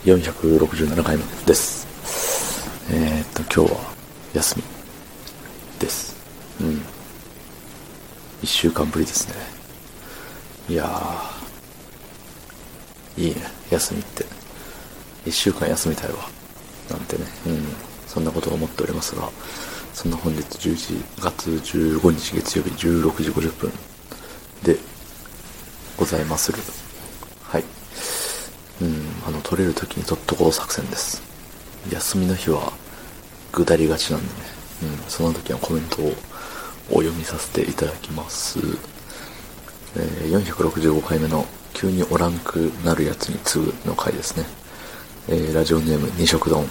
467回目です。今日は休みです。1週間ぶりですね。いやー、いいね、休みって。1週間休みたいわ。なんてね、そんなことを思っておりますが、そんな本日11月15日月曜日16時50分でございまする。はい。取れる時に取っとこう作戦です。休みの日はぐだりがちなんでね、その時はコメントをお読みさせていただきます。465回目の急におらんくなるやつに次ぐの回ですね。ラジオネーム二色丼。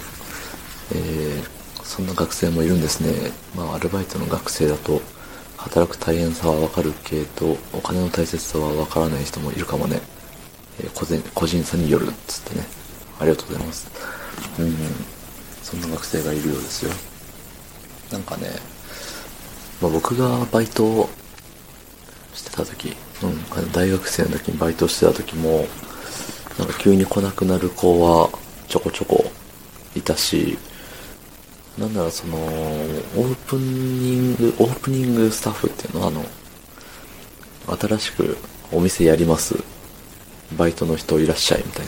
そんな学生もいるんですね。アルバイトの学生だと働く大変さはわかるけどお金の大切さはわからない人もいるかもね。個人差によるっつってね。ありがとうございます。そんな学生がいるようですよ。なんかね、僕がバイトをしてた時、大学生の時にバイトしてた時もなんか急に来なくなる子はちょこちょこいたし、なんならそのオープニングスタッフっていうのは新しくお店やりますバイトの人いらっしゃいみたい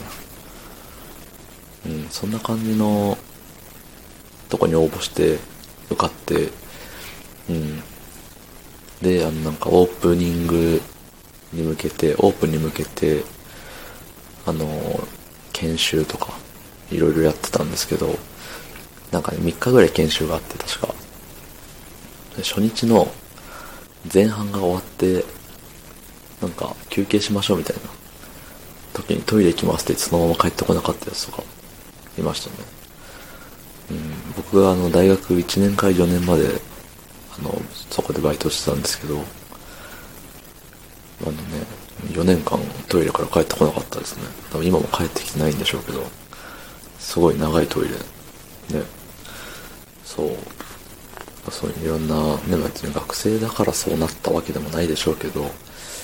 な、そんな感じのとこに応募して受かって、でなんかオープンに向けて研修とかいろいろやってたんですけど、なんかね3日ぐらい研修があって、確か初日の前半が終わってなんか休憩しましょうみたいな時にトイレ行きますって言ってそのまま帰ってこなかったやつとかいましたね。僕が大学1年から4年までそこでバイトしてたんですけど、4年間トイレから帰ってこなかったですね。多分今も帰ってきてないんでしょうけど、すごい長いトイレね。そういういろんなね、別に学生だからそうなったわけでもないでしょうけど、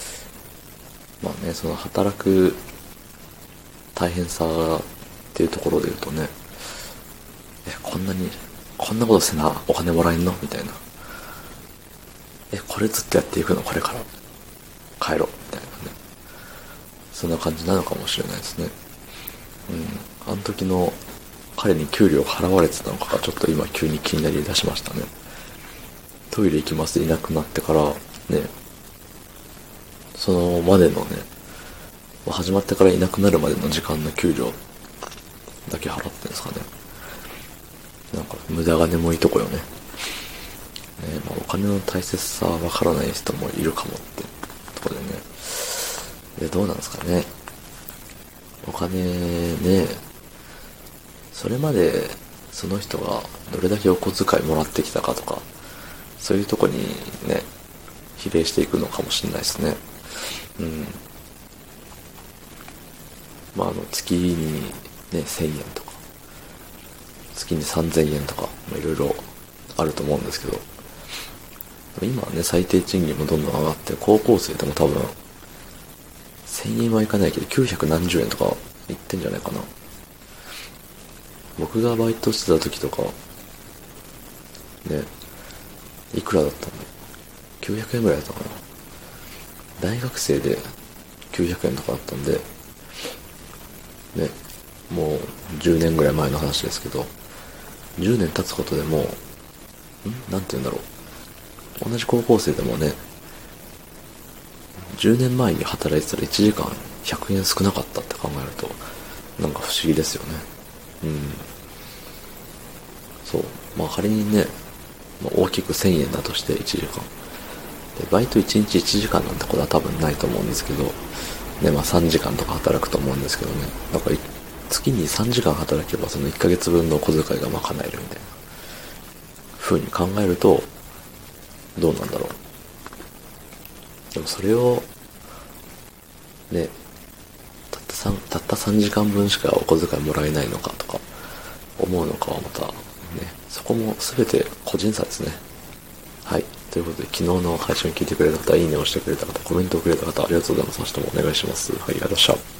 その働く大変さっていうところで言うとね、こんなことしてなお金もらえんのみたいな、これずっとやっていくの、これから帰ろうみたいなね、そんな感じなのかもしれないですね。あの時の彼に給料払われてたのかがちょっと今急に気になりだしましたね。トイレ行きますいなくなってからね、そのまでのね、始まってからいなくなるまでの時間の給料だけ払ってんですかね。なんか無駄金もいいとこよね。お金の大切さはわからない人もいるかもってとこでね。どうなんですかね。お金ね、それまでその人がどれだけお小遣いもらってきたかとか、そういうとこにね、比例していくのかもしれないですね。月にね、1000円とか、月に3000円とか、いろいろあると思うんですけど、今はね、最低賃金もどんどん上がって、高校生でも多分、1000円はいかないけど、900何十円とかいってんじゃないかな。僕がバイトしてた時とか、ね、いくらだったんだ ?900 円ぐらいだったかな。大学生で900円とかだったんで、ね、もう10年ぐらい前の話ですけど、10年経つことでもなんて言うんだろう。同じ高校生でもね、10年前に働いてたら1時間100円少なかったって考えると、なんか不思議ですよね。そう。仮にね、大きく1000円だとして1時間。で、バイト1日1時間なんてことは多分ないと思うんですけど、ね、3時間とか働くと思うんですけどね。なんか月に3時間働けばその1ヶ月分の小遣いが賄えるみたいな風に考えると、どうなんだろう。でもそれを、ね、たった3時間分しかお小遣いもらえないのかとか思うのかはまたね、そこも全て個人差ですね。はい。ということで、昨日の配信を聞いてくれた方、いいねをしてくれた方、コメントをくれた方、ありがとうございます。明日もお願いします。はい、ありがとうございました。